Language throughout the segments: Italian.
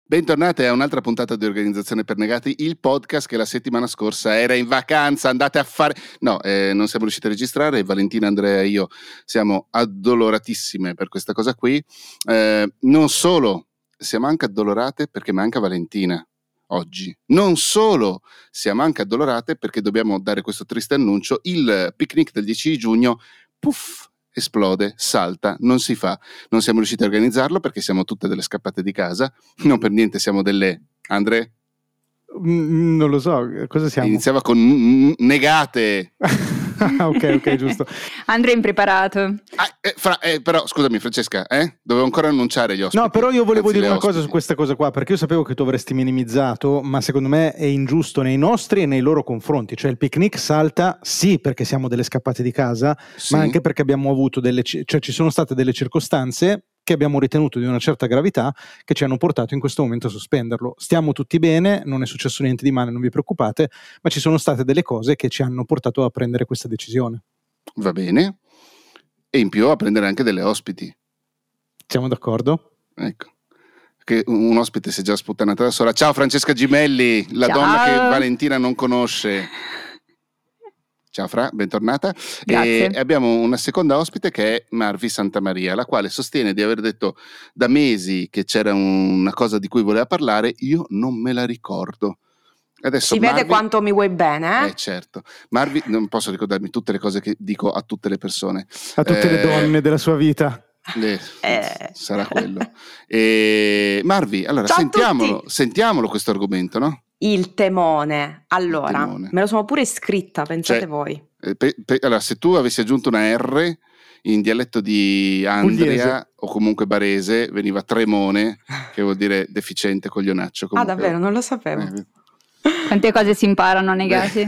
Bentornati a un'altra puntata di Organizzazione per Negati, il podcast che la settimana scorsa era in vacanza, andate a fare... No, non siamo riusciti a registrare, Valentina, Andrea e io siamo addoloratissime per questa cosa qui. Non solo, siamo anche addolorate perché manca Valentina oggi. Non solo, siamo anche addolorate perché dobbiamo dare questo triste annuncio, il picnic del 10 di giugno, puff, esplode, salta, non si fa. Non siamo riusciti a organizzarlo perché siamo tutte delle scappate di casa, non per niente siamo delle... Andre? Non lo so, cosa siamo? Iniziava con negate. ok, giusto. Andre impreparato. Però scusami Francesca, dovevo ancora annunciare gli ospiti. No, però io volevo Anzi, dire una ospiti. cosa su questa cosa qua, perché io sapevo che tu avresti minimizzato, ma secondo me è ingiusto nei nostri e nei loro confronti. Cioè il picnic salta sì perché siamo delle scappate di casa, Sì. ma anche perché abbiamo avuto cioè ci sono state delle circostanze che abbiamo ritenuto di una certa gravità che ci hanno portato in questo momento a sospenderlo. Stiamo tutti bene, non è successo niente di male, non vi preoccupate, ma ci sono state delle cose che ci hanno portato a prendere questa decisione. Va bene. E in più a prendere anche delle ospiti. Siamo d'accordo? Ecco. Che un ospite si è già sputtanata da sola. Ciao Francesca Gimelli, la Ciao. donna che Valentina non conosce. Ciao Fra, bentornata. Grazie. E abbiamo una seconda ospite che è Marvi Santamaria, la quale sostiene di aver detto da mesi che c'era una cosa di cui voleva parlare, io non me la ricordo. Adesso Si vede quanto mi vuoi bene, eh? Certo. Marvi, non posso ricordarmi tutte le cose che dico a tutte le persone. A tutte le donne della sua vita. Sarà quello. Marvi, allora Ciao a sentiamolo questo argomento, no? Il temone. Allora, Il temone. me lo sono pure scritta, pensate Cioè, voi. Allora, se tu avessi aggiunto una R in dialetto di Andria Pugliese. o comunque barese, veniva tremone, che vuol dire deficiente, coglionaccio. Comunque. Davvero, non lo sapevo. Quante cose si imparano a Negati?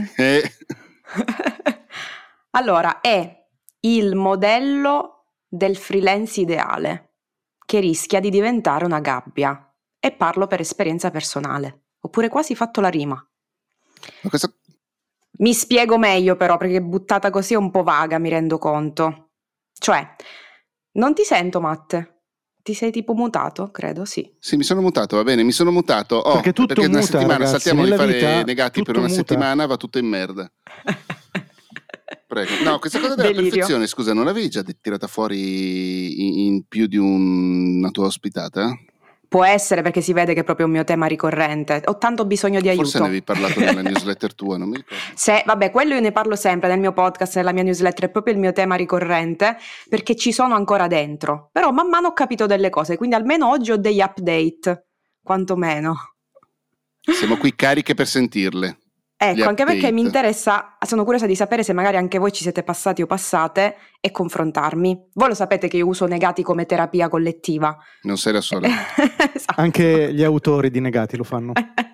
Allora, è il modello del freelance ideale che rischia di diventare una gabbia. E parlo per esperienza personale. Ho pure quasi fatto la rima. Ma questo... Mi spiego meglio però, perché buttata così è un po' vaga, mi rendo conto. Cioè, non ti sento, Matte. Ti sei tipo mutato, credo, sì. Sì, mi sono mutato, va bene, mi sono mutato. Perché tutto una muta, settimana ragazzi, saltiamo di nella fare vita negati per tutto una muta. settimana, va tutto in merda. Prego. No, questa cosa della Delirio. perfezione, scusa, non l'avevi già tirata fuori in più di una tua ospitata? Può essere, perché si vede che è proprio un mio tema ricorrente. Ho tanto bisogno di aiuto. Forse ne avevi parlato nella newsletter tua, non mi ricordo. Vabbè, quello io ne parlo sempre nel mio podcast, nella mia newsletter, è proprio il mio tema ricorrente, perché ci sono ancora dentro. Però man mano ho capito delle cose, quindi almeno oggi ho degli update, quantomeno. Siamo qui cariche per sentirle. Ecco, anche perché update. mi interessa, sono curiosa di sapere se magari anche voi ci siete passati o passate e confrontarmi. Voi lo sapete che io uso Negati come terapia collettiva. Non sei la sola. Esatto. Anche gli autori di Negati lo fanno.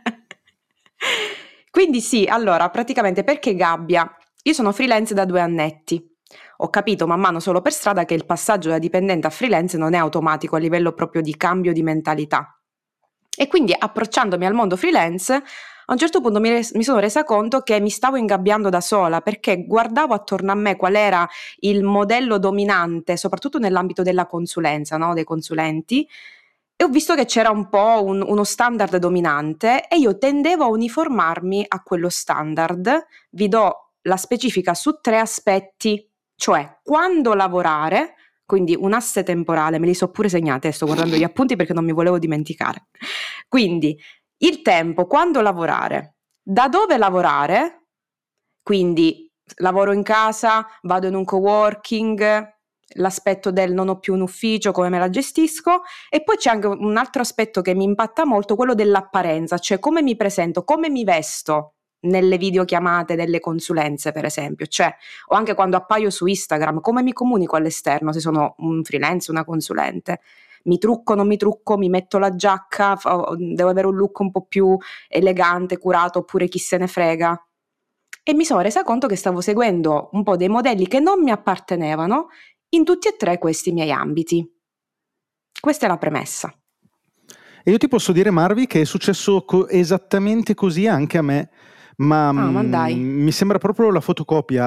Quindi sì, allora, praticamente perché gabbia? Io sono freelance da 2 annetti. Ho capito man mano solo per strada che il passaggio da dipendente a freelance non è automatico a livello proprio di cambio di mentalità. E quindi approcciandomi al mondo freelance, a un certo punto mi sono resa conto che mi stavo ingabbiando da sola, perché guardavo attorno a me qual era il modello dominante, soprattutto nell'ambito della consulenza, no? Dei consulenti, e ho visto che c'era un po' uno standard dominante e io tendevo a uniformarmi a quello standard. Vi do la specifica su 3 aspetti, cioè quando lavorare, quindi un asse temporale, me li so pure segnate, sto guardando gli appunti perché non mi volevo dimenticare. Quindi il tempo, quando lavorare, da dove lavorare, quindi lavoro in casa, vado in un coworking, l'aspetto del non ho più un ufficio, come me la gestisco, e poi c'è anche un altro aspetto che mi impatta molto, quello dell'apparenza, cioè come mi presento, come mi vesto nelle videochiamate delle consulenze, per esempio, cioè, o anche quando appaio su Instagram, come mi comunico all'esterno se sono un freelance, una consulente. Mi trucco, non mi trucco, mi metto la giacca, devo avere un look un po' più elegante, curato, oppure chi se ne frega. E mi sono resa conto che stavo seguendo un po' dei modelli che non mi appartenevano in tutti e 3 questi miei ambiti. Questa è la premessa. E io ti posso dire, Marvi, che è successo esattamente così anche a me, ma ma dai. mi sembra proprio la fotocopia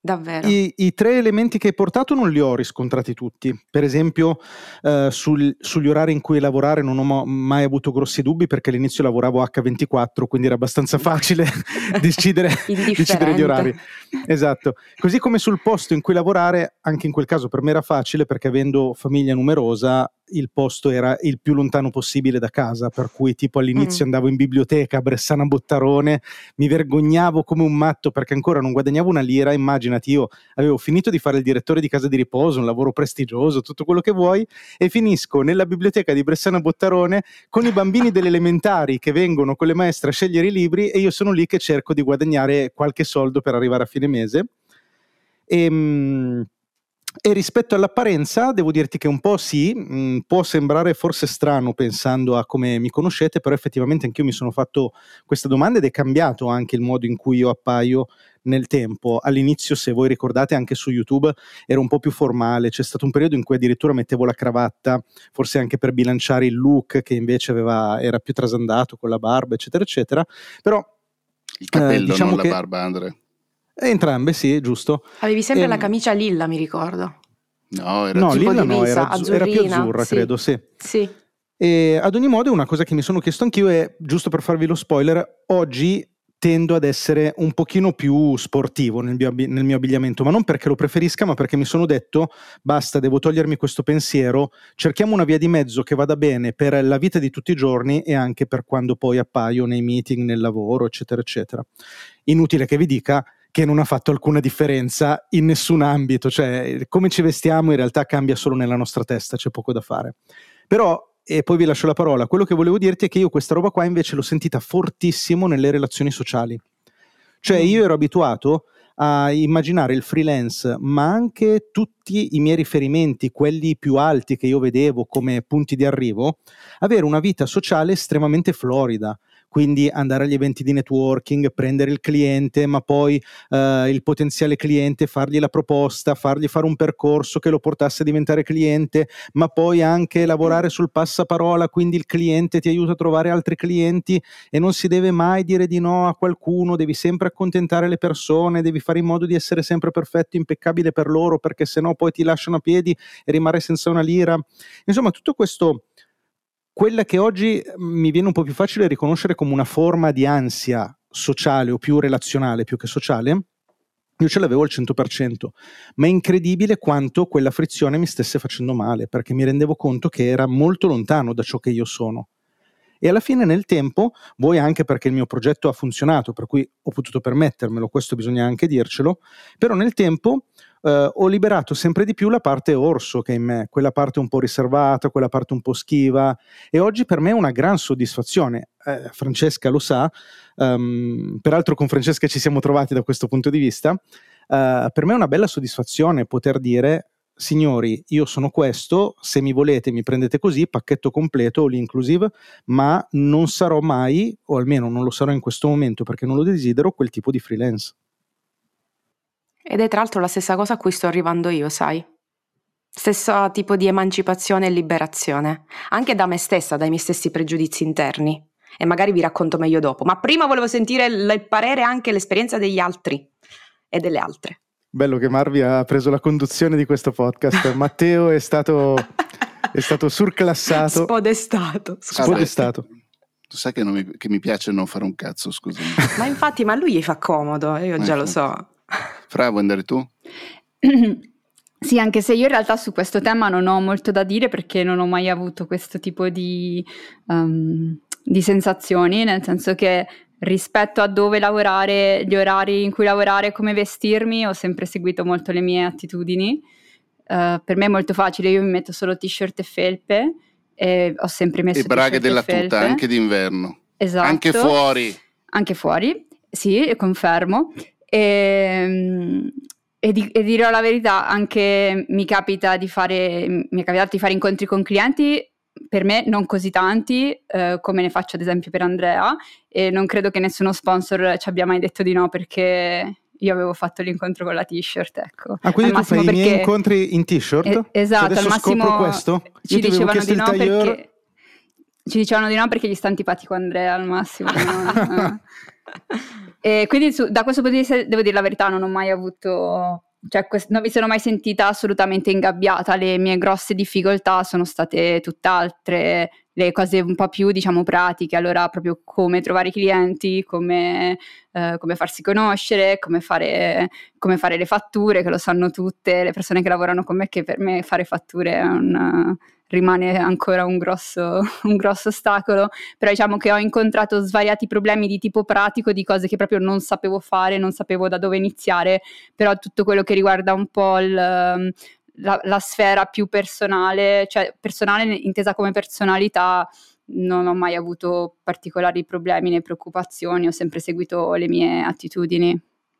Davvero. I 3 elementi che hai portato non li ho riscontrati tutti. Per esempio, sugli orari in cui lavorare non ho mai avuto grossi dubbi, perché all'inizio lavoravo H24, quindi era abbastanza facile decidere gli orari. Esatto. Così come sul posto in cui lavorare, anche in quel caso per me era facile, perché avendo famiglia numerosa il posto era il più lontano possibile da casa, per cui tipo all'inizio andavo in biblioteca a Bressana Bottarone, mi vergognavo come un matto perché ancora non guadagnavo una lira. Immaginati, io avevo finito di fare il direttore di casa di riposo, un lavoro prestigioso, tutto quello che vuoi, e finisco nella biblioteca di Bressana Bottarone con i bambini delle elementari che vengono con le maestre a scegliere i libri, e io sono lì che cerco di guadagnare qualche soldo per arrivare a fine mese. E rispetto all'apparenza devo dirti che un po' sì, può sembrare forse strano pensando a come mi conoscete, però effettivamente anch'io mi sono fatto questa domanda ed è cambiato anche il modo in cui io appaio nel tempo. All'inizio, se voi ricordate, anche su YouTube ero un po' più formale, c'è stato un periodo in cui addirittura mettevo la cravatta, forse anche per bilanciare il look che invece era più trasandato con la barba, eccetera eccetera. Però il capello, diciamo non la barba, Andre. Entrambe, sì, giusto. Avevi sempre la camicia lilla, mi ricordo. No, era lilla divisa, era più azzurra, sì. credo, sì. Sì. E ad ogni modo, una cosa che mi sono chiesto anch'io è, giusto per farvi lo spoiler, oggi tendo ad essere un pochino più sportivo nel mio abbigliamento, ma non perché lo preferisca, ma perché mi sono detto, basta, devo togliermi questo pensiero, cerchiamo una via di mezzo che vada bene per la vita di tutti i giorni e anche per quando poi appaio nei meeting, nel lavoro, eccetera, eccetera. Inutile che vi dica che non ha fatto alcuna differenza in nessun ambito, cioè come ci vestiamo in realtà cambia solo nella nostra testa, c'è poco da fare. Però, e poi vi lascio la parola, quello che volevo dirti è che io questa roba qua invece l'ho sentita fortissimo nelle relazioni sociali. Cioè io ero abituato a immaginare il freelance, ma anche tutti i miei riferimenti, quelli più alti che io vedevo come punti di arrivo, avere una vita sociale estremamente florida. Quindi andare agli eventi di networking, prendere il cliente, ma poi il potenziale cliente, fargli la proposta, fargli fare un percorso che lo portasse a diventare cliente, ma poi anche lavorare sul passaparola, quindi il cliente ti aiuta a trovare altri clienti e non si deve mai dire di no a qualcuno, devi sempre accontentare le persone, devi fare in modo di essere sempre perfetto, impeccabile per loro, perché sennò poi ti lasciano a piedi e rimarrai senza una lira. Insomma, tutto questo, quella che oggi mi viene un po' più facile riconoscere come una forma di ansia sociale o più relazionale più che sociale, io ce l'avevo al 100%, ma è incredibile quanto quella frizione mi stesse facendo male, perché mi rendevo conto che era molto lontano da ciò che io sono. E alla fine nel tempo, voi anche perché il mio progetto ha funzionato, per cui ho potuto permettermelo, questo bisogna anche dircelo, però nel tempo ho liberato sempre di più la parte orso che è in me, quella parte un po' riservata, quella parte un po' schiva, e oggi per me è una gran soddisfazione. Francesca lo sa, peraltro con Francesca ci siamo trovati da questo punto di vista, per me è una bella soddisfazione poter dire: signori, io sono questo, se mi volete mi prendete così, pacchetto completo, all inclusive, ma non sarò mai, o almeno non lo sarò in questo momento perché non lo desidero, quel tipo di freelance. Ed è tra l'altro la stessa cosa a cui sto arrivando io, sai? Stesso tipo di emancipazione e liberazione, anche da me stessa, dai miei stessi pregiudizi interni. E magari vi racconto meglio dopo, ma prima volevo sentire il parere, anche l'esperienza degli altri e delle altre. Bello che Marvi ha preso la conduzione di questo podcast. Matteo è stato surclassato. Spodestato. Tu sai che mi piace non fare un cazzo, scusami. Ma infatti, ma a lui gli fa comodo, io già lo so. Fra, vuoi andare tu? Sì, anche se io in realtà su questo tema non ho molto da dire, perché non ho mai avuto questo tipo di sensazioni, nel senso che rispetto a dove lavorare, gli orari in cui lavorare, come vestirmi, ho sempre seguito molto le mie attitudini. Per me è molto facile, io mi metto solo t-shirt e felpe, e ho sempre messo t-shirt e braghe della felpe. tuta, anche d'inverno. Esatto. Anche fuori, sì, confermo. E dirò la verità, anche mi è capitato di fare incontri con clienti, per me non così tanti come ne faccio ad esempio per Andrea, e non credo che nessuno sponsor ci abbia mai detto di no perché io avevo fatto l'incontro con la t-shirt, ecco. Ah, quindi tu fai i miei incontri in t-shirt? Esatto, cioè, al massimo scopro questo? ci dicevano di no perché ci dicevano di no perché gli sta antipatico Andrea al massimo. No? E quindi da questo punto di vista, devo dire la verità, non ho mai avuto, cioè non mi sono mai sentita assolutamente ingabbiata. Le mie grosse difficoltà sono state tutt'altre, le cose un po' più, diciamo, pratiche. Allora, proprio come trovare i clienti, come farsi conoscere, come fare le fatture, che lo sanno tutte le persone che lavorano con me, che per me fare fatture è rimane ancora un grosso ostacolo. Però diciamo che ho incontrato svariati problemi di tipo pratico, di cose che proprio non sapevo fare, non sapevo da dove iniziare. Però tutto quello che riguarda un po' la sfera più personale, cioè personale intesa come personalità, non ho mai avuto particolari problemi né preoccupazioni, ho sempre seguito le mie attitudini.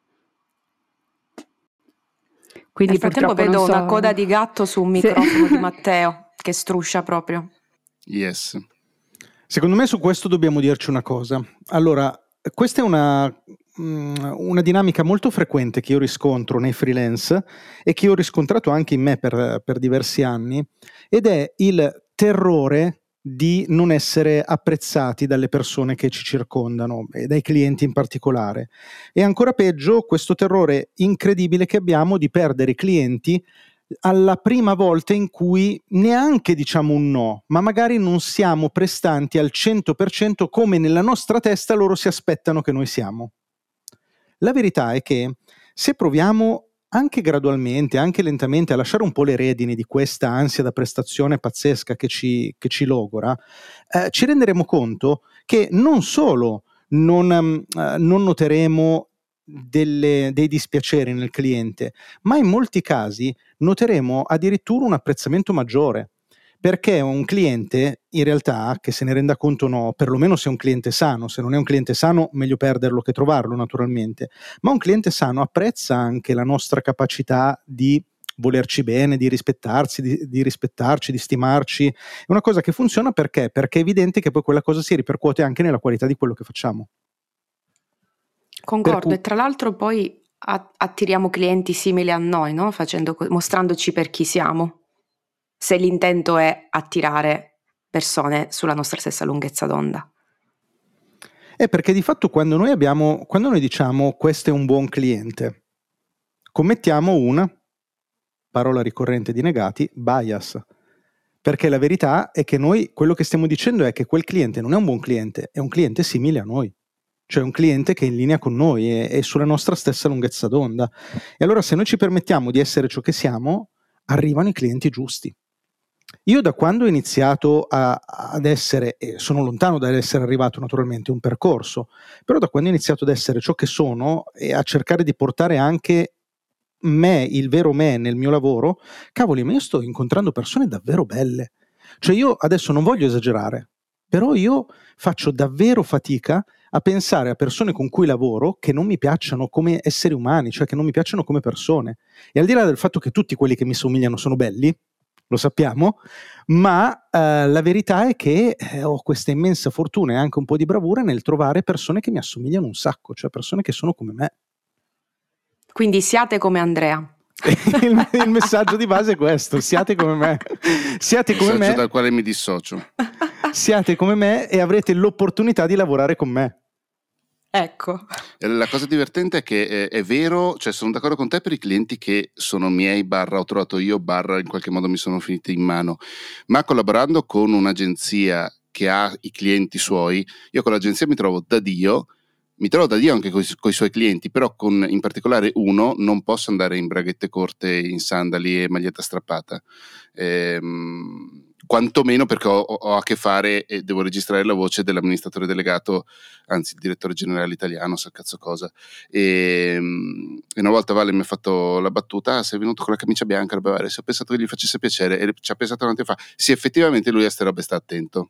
Quindi nel frattempo vedo una coda di gatto su un microfono di Matteo che struscia proprio. Yes. Secondo me su questo dobbiamo dirci una cosa. Allora, questa è una dinamica molto frequente che io riscontro nei freelance e che ho riscontrato anche in me per diversi anni, ed è il terrore di non essere apprezzati dalle persone che ci circondano e dai clienti in particolare. E ancora peggio, questo terrore incredibile che abbiamo di perdere i clienti alla prima volta in cui neanche diciamo un no, ma magari non siamo prestanti al 100% come nella nostra testa loro si aspettano che noi siamo. La verità è che se proviamo anche gradualmente, anche lentamente a lasciare un po' le redini di questa ansia da prestazione pazzesca che ci logora, ci renderemo conto che non solo non noteremo dei dispiaceri nel cliente, ma in molti casi noteremo addirittura un apprezzamento maggiore, perché un cliente in realtà, che se ne renda conto o no, perlomeno se è un cliente sano, se non è un cliente sano meglio perderlo che trovarlo naturalmente, ma un cliente sano apprezza anche la nostra capacità di volerci bene, di rispettarsi, di rispettarci, di stimarci. È una cosa che funziona perché è evidente che poi quella cosa si ripercuote anche nella qualità di quello che facciamo. Concordo, e tra l'altro poi attiriamo clienti simili a noi, no? Mostrandoci per chi siamo, se l'intento è attirare persone sulla nostra stessa lunghezza d'onda. È perché di fatto quando noi diciamo questo è un buon cliente, commettiamo una, parola ricorrente di negati, bias. Perché la verità è che noi, quello che stiamo dicendo è che quel cliente non è un buon cliente, è un cliente simile a noi. Cioè un cliente che è in linea con noi, è sulla nostra stessa lunghezza d'onda. E allora se noi ci permettiamo di essere ciò che siamo, arrivano i clienti giusti. Io da quando ho iniziato ad essere, e sono lontano dall'essere arrivato naturalmente, un percorso, però da quando ho iniziato ad essere ciò che sono e a cercare di portare anche me, il vero me nel mio lavoro, cavoli, ma io sto incontrando persone davvero belle. Cioè io adesso non voglio esagerare, però io faccio davvero fatica a pensare a persone con cui lavoro che non mi piacciono come esseri umani, cioè che non mi piacciono come persone. E al di là del fatto che tutti quelli che mi somigliano sono belli, lo sappiamo, ma la verità è che ho questa immensa fortuna e anche un po' di bravura nel trovare persone che mi assomigliano un sacco, cioè persone che sono come me. Quindi siate come Andrea. il messaggio di base è questo: siate come me. Siate come me, dal quale mi dissocio. Siate come me e avrete l'opportunità di lavorare con me. Ecco. La cosa divertente è che è vero, cioè sono d'accordo con te per i clienti che sono miei / ho trovato io / in qualche modo mi sono finiti in mano, ma collaborando con un'agenzia che ha i clienti suoi, io con l'agenzia mi trovo da Dio anche con i suoi clienti, però con in particolare uno non posso andare in braghette corte, in sandali e maglietta strappata, quantomeno perché ho a che fare e devo registrare la voce dell'amministratore delegato, anzi il direttore generale italiano, sa cazzo cosa, e una volta Vale mi ha fatto la battuta: sei venuto con la camicia bianca, se ho pensato che gli facesse piacere, e ci ha pensato un attimo fa, sì, effettivamente lui a ste robe sta attento.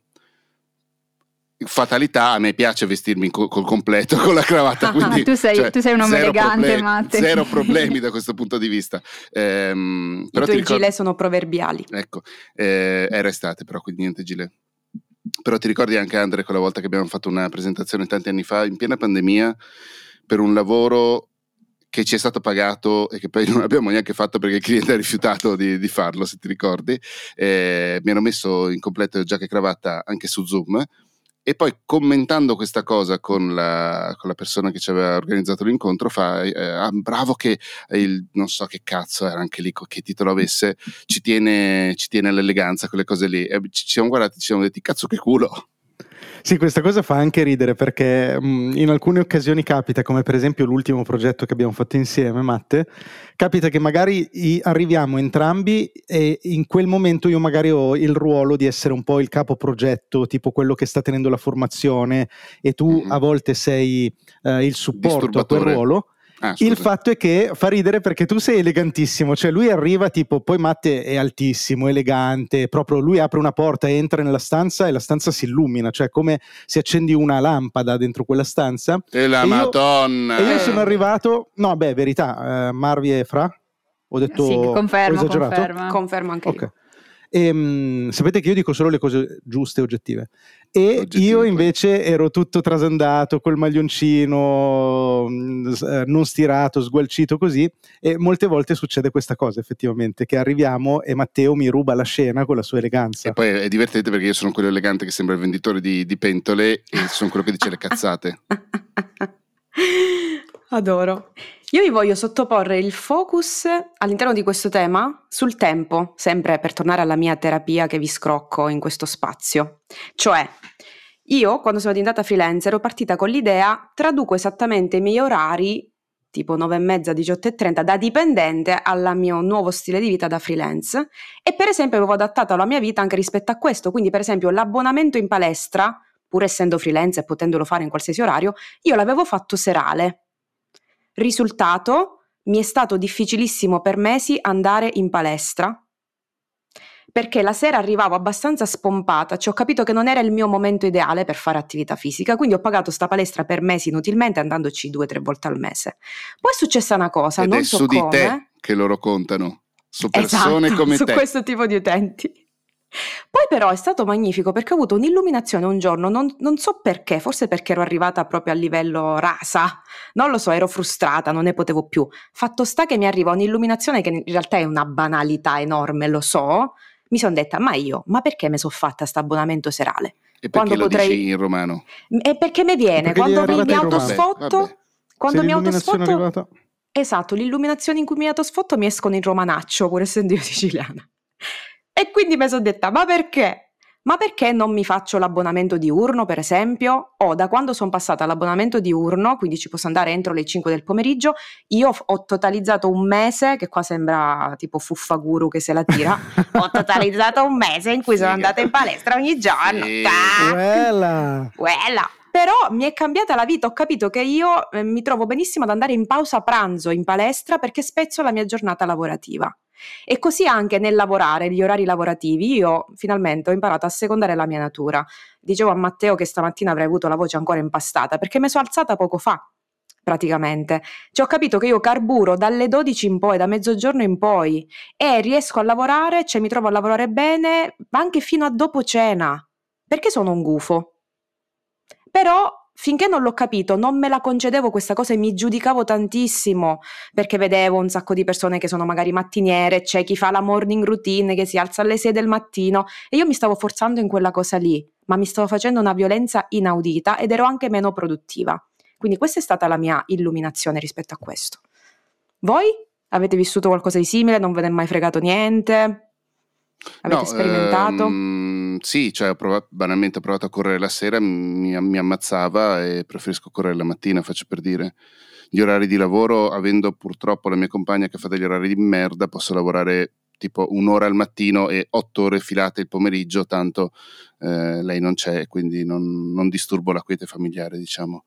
Fatalità, a me piace vestirmi col completo, con la cravatta, quindi tu sei un uomo elegante, Matte. Zero problemi da questo punto di vista. Però i tuoi gilet sono proverbiali. Ecco, era estate però, quindi niente gilet. Però ti ricordi anche, Andre, quella volta che abbiamo fatto una presentazione tanti anni fa, in piena pandemia, per un lavoro che ci è stato pagato e che poi non abbiamo neanche fatto perché il cliente ha rifiutato di farlo, se ti ricordi. Mi hanno messo in completo giacca e cravatta anche su Zoom, E poi commentando questa cosa con la persona che ci aveva organizzato l'incontro fa bravo che non so che cazzo era anche lì, che titolo avesse, ci tiene all'eleganza, quelle cose lì, e ci siamo guardati e ci siamo detti cazzo che culo. Sì, questa cosa fa anche ridere perché in alcune occasioni capita, come per esempio l'ultimo progetto che abbiamo fatto insieme, Matte, capita che magari arriviamo entrambi e in quel momento io magari ho il ruolo di essere un po' il capo progetto, tipo quello che sta tenendo la formazione, e tu a volte sei il supporto a quel ruolo. Il fatto è che fa ridere perché tu sei elegantissimo, cioè lui arriva tipo, poi Matte è altissimo, elegante, proprio lui apre una porta, entra nella stanza e la stanza si illumina, cioè come se accendi una lampada dentro quella stanza. E la Madonna! E io sono arrivato, no beh, verità, Marvi e Fra? Ho detto, sì, confermo, ho esagerato? Confermo anche io. Sapete che io dico solo le cose giuste e oggettive, e io invece ero tutto trasandato col maglioncino non stirato, sgualcito così, e molte volte succede questa cosa effettivamente, che arriviamo e Matteo mi ruba la scena con la sua eleganza. E poi è divertente perché io sono quello elegante che sembra il venditore di pentole e sono quello che dice le cazzate. Adoro. Io vi voglio sottoporre il focus all'interno di questo tema sul tempo, sempre per tornare alla mia terapia che vi scrocco in questo spazio. Cioè, io quando sono diventata freelance ero partita con l'idea, traduco esattamente i miei orari, tipo 9:30, 18:30, da dipendente al mio nuovo stile di vita da freelance, e per esempio avevo adattato la mia vita anche rispetto a questo, quindi per esempio l'abbonamento in palestra, pur essendo freelance e potendolo fare in qualsiasi orario, io l'avevo fatto serale. Risultato, mi è stato difficilissimo per mesi andare in palestra perché la sera arrivavo abbastanza spompata, cioè ho capito che non era il mio momento ideale per fare attività fisica, quindi ho pagato sta palestra per mesi inutilmente andandoci 2-3 volte al mese. Poi è successa una cosa, ed non è so su come. Di te che loro contano, su persone come su te. Questo tipo di utenti. Poi però è stato magnifico perché ho avuto un'illuminazione un giorno, non so perché, forse perché ero arrivata proprio a livello rasa, non lo so, ero frustrata, non ne potevo più. Fatto sta che mi arriva un'illuminazione che in realtà è una banalità enorme, lo so, mi sono detta, ma perché mi sono fatta sto abbonamento serale? E perché lo dici in romano? E perché mi viene, perché quando mi autosfotto, quando mi autosfotto, arrivata... esatto, l'illuminazione in cui mi autosfotto mi escono in romanaccio, pur essendo io siciliana. E quindi mi sono detta, ma perché? Ma perché non mi faccio l'abbonamento diurno, per esempio? Da quando sono passata all'abbonamento diurno, quindi ci posso andare entro le 5 del pomeriggio, io ho totalizzato un mese, che qua sembra tipo Fuffaguru che se la tira, ho totalizzato un mese in cui sono andata in palestra ogni giorno. Uela. Però mi è cambiata la vita, ho capito che io mi trovo benissimo ad andare in pausa pranzo in palestra perché spezzo la mia giornata lavorativa. E così anche nel lavorare, gli orari lavorativi, io finalmente ho imparato a secondare la mia natura. Dicevo a Matteo che stamattina avrei avuto la voce ancora impastata perché mi sono alzata poco fa, praticamente. Cioè ho capito che io carburo dalle 12 in poi, da mezzogiorno in poi, e riesco a lavorare, cioè mi trovo a lavorare bene anche fino a dopo cena, perché sono un gufo. Però finché non l'ho capito, non me la concedevo questa cosa e mi giudicavo tantissimo perché vedevo un sacco di persone che sono magari mattiniere, c'è chi fa la morning routine, che si alza alle 6 del mattino e io mi stavo forzando in quella cosa lì, ma mi stavo facendo una violenza inaudita ed ero anche meno produttiva. Quindi questa è stata la mia illuminazione rispetto a questo. Voi avete vissuto qualcosa di simile? Non ve ne è mai fregato niente? Avete sperimentato? Sì, cioè banalmente ho provato a correre la sera, mi ammazzava e preferisco correre la mattina, faccio per dire. Gli orari di lavoro, avendo purtroppo la mia compagna che fa degli orari di merda, posso lavorare tipo 1 ora al mattino e 8 ore filate il pomeriggio, tanto lei non c'è, quindi non disturbo la quiete familiare, diciamo.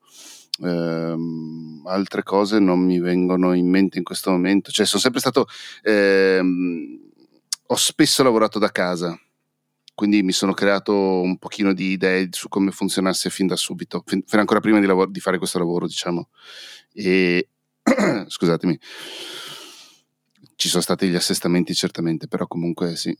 Altre cose non mi vengono in mente in questo momento, cioè sono sempre stato... ho spesso lavorato da casa, quindi mi sono creato un pochino di idee su come funzionasse fin da subito, fin ancora prima di fare questo lavoro, diciamo. E scusatemi, ci sono stati gli assestamenti certamente, però comunque sì.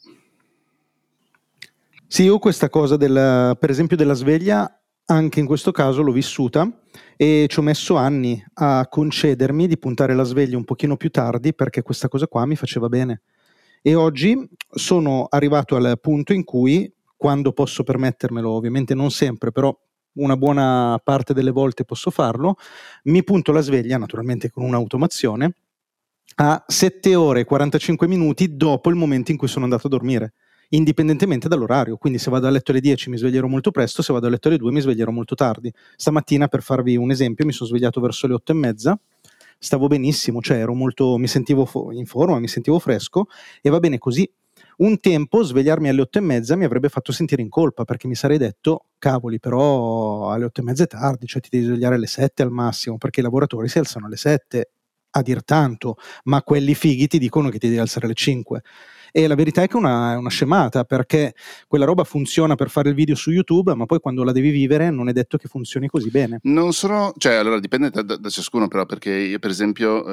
Sì, io questa cosa per esempio della sveglia, anche in questo caso l'ho vissuta e ci ho messo anni a concedermi di puntare la sveglia un pochino più tardi perché questa cosa qua mi faceva bene. E oggi sono arrivato al punto in cui, quando posso permettermelo, ovviamente non sempre, però una buona parte delle volte posso farlo, mi punto la sveglia, naturalmente con un'automazione, a 7 ore e 45 minuti dopo il momento in cui sono andato a dormire, indipendentemente dall'orario. Quindi se vado a letto alle 10 mi sveglierò molto presto, se vado a letto alle 2 mi sveglierò molto tardi. Stamattina, per farvi un esempio, mi sono svegliato verso le 8:30, stavo benissimo, cioè mi sentivo in forma, mi sentivo fresco, e va bene così. Un tempo svegliarmi alle 8:30 mi avrebbe fatto sentire in colpa, perché mi sarei detto, cavoli, però alle 8:30 è tardi, cioè ti devi svegliare alle 7 al massimo, perché i lavoratori si alzano alle 7, a dir tanto, ma quelli fighi ti dicono che ti devi alzare alle 5. E la verità è che è una scemata, perché quella roba funziona per fare il video su YouTube, ma poi quando la devi vivere non è detto che funzioni così bene. Non sono, cioè allora dipende da ciascuno, però, perché io per esempio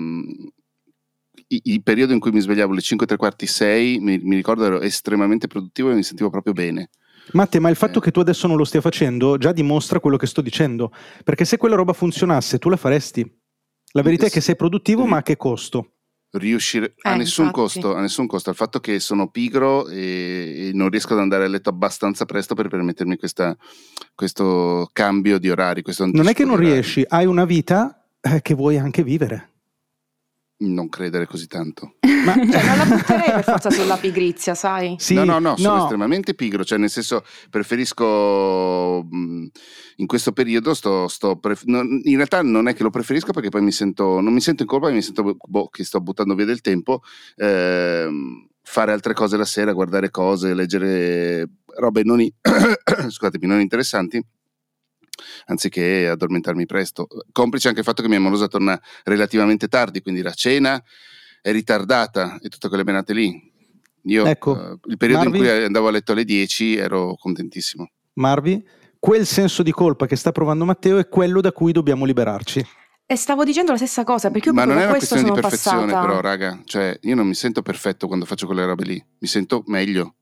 il periodo in cui mi svegliavo alle 5:15, 6, mi ricordo ero estremamente produttivo e mi sentivo proprio bene. Matte, ma il fatto che tu adesso non lo stia facendo già dimostra quello che sto dicendo, perché se quella roba funzionasse tu la faresti. La verità è che sei produttivo, ma a che costo? Riuscire a nessun costo, al fatto che sono pigro e non riesco ad andare a letto abbastanza presto per permettermi questo cambio di orari. Non è che non riesci, hai una vita che vuoi anche vivere. Non credere così tanto. Ma non la butterei per forza sulla pigrizia, sai? Sì, no, sono estremamente pigro, cioè nel senso preferisco in questo periodo in realtà non è che lo preferisco, perché poi non mi sento in colpa, mi sento che sto buttando via del tempo, fare altre cose la sera, guardare cose, leggere robe scusatemi, non interessanti, anziché addormentarmi presto. Complice anche il fatto che mia morosa torna relativamente tardi, quindi la cena è ritardata e tutte quelle menate lì. Io il periodo in cui andavo a letto alle 10 ero contentissimo. Marvi, quel senso di colpa che sta provando Matteo è quello da cui dobbiamo liberarci. E stavo dicendo la stessa cosa, perché io ma non è una questo questione di perfezione passata. Però raga, cioè io non mi sento perfetto quando faccio quelle robe lì, mi sento meglio.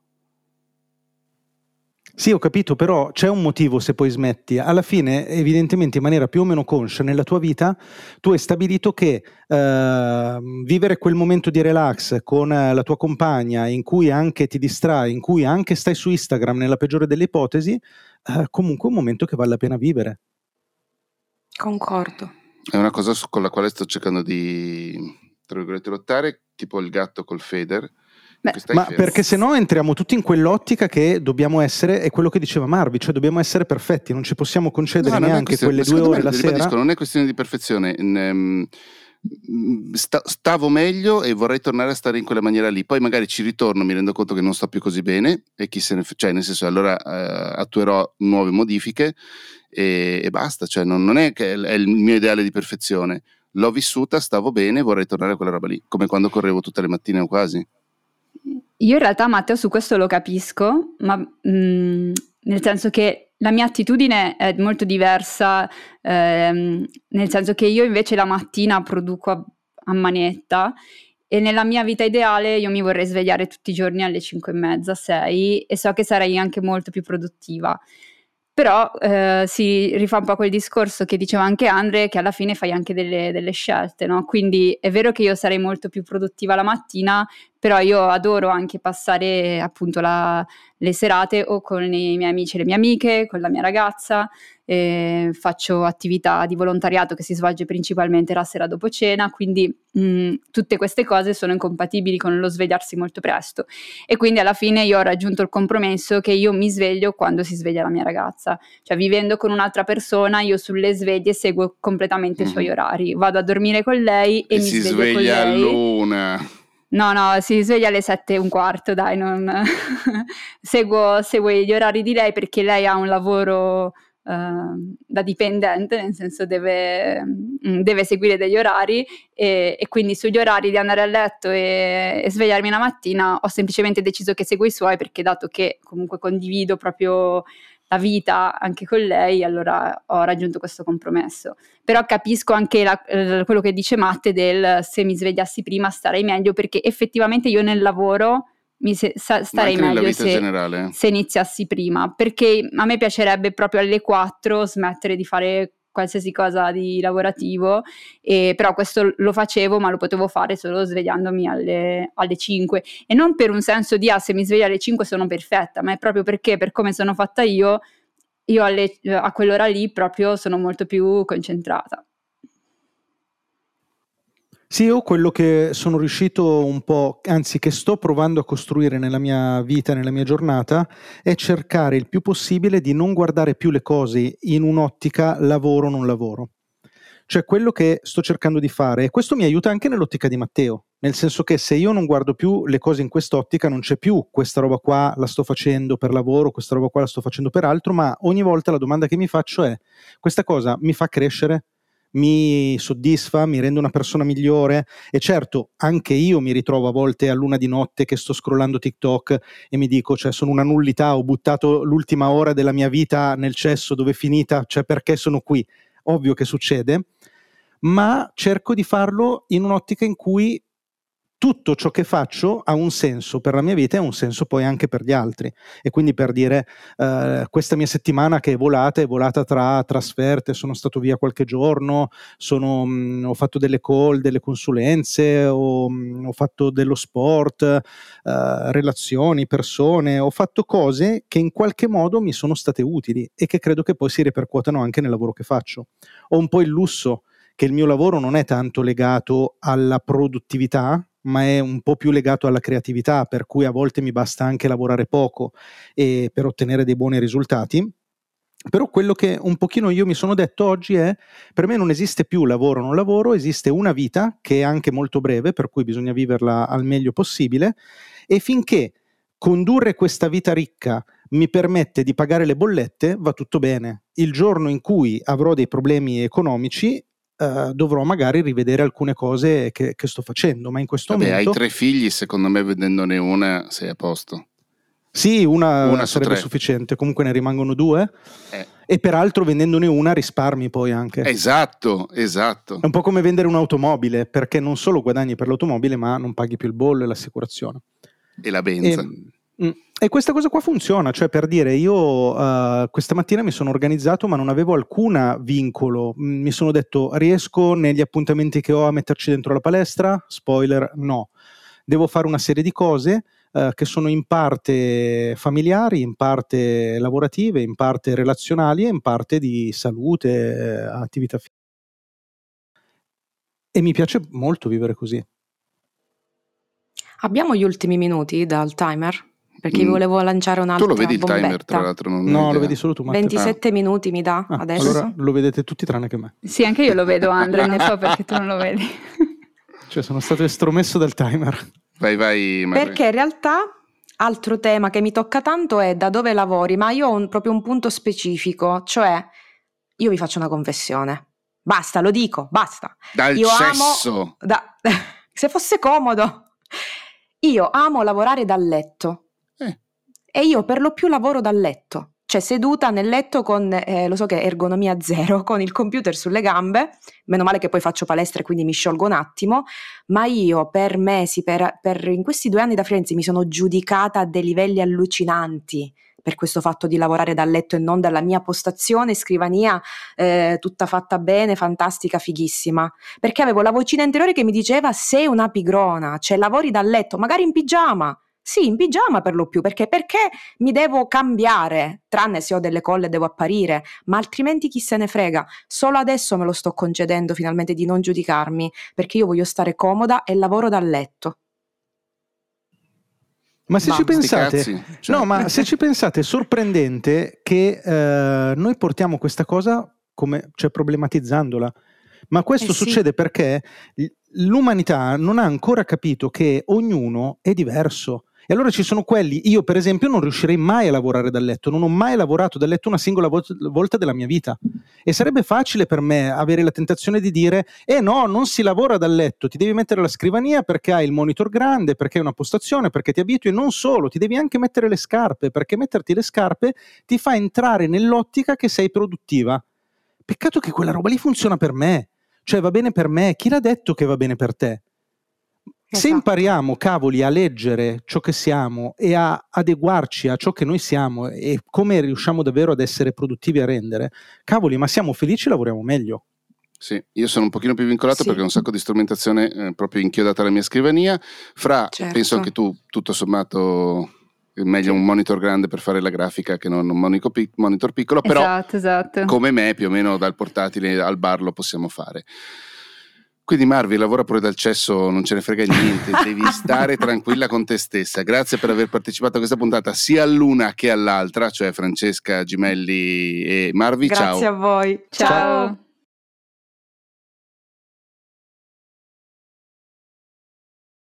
Sì, ho capito, però c'è un motivo se poi smetti. Alla fine, evidentemente in maniera più o meno conscia nella tua vita, tu hai stabilito che vivere quel momento di relax con la tua compagna, in cui anche ti distrai, in cui anche stai su Instagram nella peggiore delle ipotesi, comunque è un momento che vale la pena vivere. Concordo. È una cosa con la quale sto cercando di, tra virgolette, lottare, tipo il gatto col Feder. Ma perché se no entriamo tutti in quell'ottica che dobbiamo essere, è quello che diceva Marvi, cioè dobbiamo essere perfetti, non ci possiamo concedere neanche quelle 2 ore la sera. Non è questione di perfezione, stavo meglio e vorrei tornare a stare in quella maniera lì, poi magari ci ritorno, mi rendo conto che non sto più così bene e chi se ne cioè nel senso allora attuerò nuove modifiche e basta, cioè non è che è il mio ideale di perfezione, l'ho vissuta, stavo bene, vorrei tornare a quella roba lì, come quando correvo tutte le mattine o quasi. Io in realtà, Matteo, su questo lo capisco, ma nel senso che la mia attitudine è molto diversa, nel senso che io invece la mattina produco a manetta e nella mia vita ideale io mi vorrei svegliare tutti i giorni alle 5:30, 6 e so che sarei anche molto più produttiva. Però si rifà un po' quel discorso che diceva anche Andre, che alla fine fai anche delle scelte, no? Quindi è vero che io sarei molto più produttiva la mattina, però io adoro anche passare appunto le serate o con i miei amici e le mie amiche, con la mia ragazza, faccio attività di volontariato che si svolge principalmente la sera dopo cena, quindi tutte queste cose sono incompatibili con lo svegliarsi molto presto e quindi alla fine io ho raggiunto il compromesso che io mi sveglio quando si sveglia la mia ragazza, cioè vivendo con un'altra persona io sulle sveglie seguo completamente i suoi orari, vado a dormire con lei e mi sveglio con lei. Si sveglia all'1. No, si sveglia alle 7:15, dai, non seguo gli orari di lei perché lei ha un lavoro da dipendente, nel senso deve seguire degli orari e quindi sugli orari di andare a letto e svegliarmi la mattina ho semplicemente deciso che seguo i suoi, perché dato che comunque condivido proprio la vita anche con lei, allora ho raggiunto questo compromesso. Però capisco anche quello che dice Matte del se mi svegliassi prima starei meglio, perché effettivamente io nel lavoro starei meglio se iniziassi prima, perché a me piacerebbe proprio alle 4 smettere di fare qualsiasi cosa di lavorativo, però questo lo facevo, ma lo potevo fare solo svegliandomi alle 5 e non per un senso di se mi sveglio alle 5 sono perfetta, ma è proprio perché per come sono fatta io io a quell'ora lì proprio sono molto più concentrata. Sì, io quello che sono riuscito un po', anzi che sto provando a costruire nella mia vita, nella mia giornata, è cercare il più possibile di non guardare più le cose in un'ottica lavoro non lavoro. Cioè quello che sto cercando di fare, e questo mi aiuta anche nell'ottica di Matteo, nel senso che se io non guardo più le cose in quest'ottica non c'è più questa roba qua la sto facendo per lavoro, questa roba qua la sto facendo per altro, ma ogni volta la domanda che mi faccio è: questa cosa mi fa crescere? Mi soddisfa, mi rende una persona migliore? E certo, anche io mi ritrovo a volte a luna di notte che sto scrollando TikTok e mi dico, cioè sono una nullità, ho buttato l'ultima ora della mia vita nel cesso, dove è finita, cioè perché sono qui? Ovvio che succede, ma cerco di farlo in un'ottica in cui tutto ciò che faccio ha un senso per la mia vita e ha un senso poi anche per gli altri. E quindi per dire, questa mia settimana che è volata tra trasferte, sono stato via qualche giorno, ho fatto delle call, delle consulenze, ho fatto dello sport, relazioni, persone, ho fatto cose che in qualche modo mi sono state utili e che credo che poi si ripercuotano anche nel lavoro che faccio. Ho un po' il lusso che il mio lavoro non è tanto legato alla produttività, ma è un po' più legato alla creatività, per cui a volte mi basta anche lavorare poco per ottenere dei buoni risultati. Però quello che un pochino io mi sono detto oggi è: per me non esiste più lavoro non lavoro, esiste una vita che è anche molto breve, per cui bisogna viverla al meglio possibile, e finché condurre questa vita ricca mi permette di pagare le bollette, va tutto bene. Il giorno in cui avrò dei problemi economici, dovrò magari rivedere alcune cose che sto facendo, ma in questo momento... Hai 3 figli, secondo me vendendone una sei a posto. Sì, una sarebbe sufficiente, comunque ne rimangono 2 e peraltro vendendone una risparmi poi anche. Esatto. È un po' come vendere un'automobile, perché non solo guadagni per l'automobile, ma non paghi più il bollo e l'assicurazione. E la benza. E questa cosa qua funziona, cioè per dire, io questa mattina mi sono organizzato ma non avevo alcun vincolo, mi sono detto: riesco negli appuntamenti che ho a metterci dentro la palestra? Spoiler, no. Devo fare una serie di cose che sono in parte familiari, in parte lavorative, in parte relazionali e in parte di salute, attività fisica. E mi piace molto vivere così. Abbiamo gli ultimi minuti dal timer? Perché volevo lanciare un'altra bombetta. Tu lo vedi bombetta. Il timer, tra l'altro? No, lo vedi solo tu, Matteo. 27 minuti mi dà adesso? Allora lo vedete tutti tranne che me. Sì, anche io lo vedo, Andrea, ne so perché tu non lo vedi. Cioè sono stato estromesso dal timer. Vai, Maria. Perché in realtà altro tema che mi tocca tanto è da dove lavori, ma io ho proprio un punto specifico, cioè io vi faccio una confessione. Basta, lo dico, basta. Io cesso. Se fosse comodo. Io amo lavorare dal letto. E io per lo più lavoro dal letto, cioè seduta nel letto con, lo so che ergonomia zero, con il computer sulle gambe, meno male che poi faccio palestra e quindi mi sciolgo un attimo, ma io per mesi, in questi 2 anni da freelance mi sono giudicata a dei livelli allucinanti per questo fatto di lavorare dal letto e non dalla mia postazione, scrivania tutta fatta bene, fantastica, fighissima, perché avevo la vocina interiore che mi diceva: sei una pigrona, cioè lavori dal letto, magari in pigiama. Sì, in pigiama per lo più, perché mi devo cambiare, tranne se ho delle colle e devo apparire, ma altrimenti chi se ne frega. Solo adesso me lo sto concedendo finalmente di non giudicarmi, perché io voglio stare comoda e lavoro dal letto. Ma se ci pensate, no, ma se ci pensate, è sorprendente che noi portiamo questa cosa come, cioè problematizzandola. Ma questo succede perché l'umanità non ha ancora capito che ognuno è diverso. E allora ci sono quelli, io per esempio non riuscirei mai a lavorare dal letto, non ho mai lavorato dal letto una singola volta della mia vita, e sarebbe facile per me avere la tentazione di dire: no, non si lavora dal letto, ti devi mettere la scrivania perché hai il monitor grande, perché hai una postazione, perché ti abitui, e non solo, ti devi anche mettere le scarpe, perché metterti le scarpe ti fa entrare nell'ottica che sei produttiva. Peccato che quella roba lì funziona per me, cioè va bene per me, chi l'ha detto che va bene per te? Se impariamo, cavoli, a leggere ciò che siamo e a adeguarci a ciò che noi siamo e come riusciamo davvero ad essere produttivi a rendere, cavoli, ma siamo felici e lavoriamo meglio. Sì, io sono un pochino più vincolato perché ho un sacco di strumentazione proprio inchiodata alla mia scrivania. Penso anche tu, tutto sommato, meglio un monitor grande per fare la grafica che non un monitor piccolo, però esatto. come me più o meno dal portatile al bar lo possiamo fare. Quindi Marvi, lavora pure dal cesso, non ce ne frega niente, devi stare tranquilla con te stessa. Grazie per aver partecipato a questa puntata sia all'una che all'altra, cioè Francesca Gimelli e Marvi. Grazie a voi. Ciao.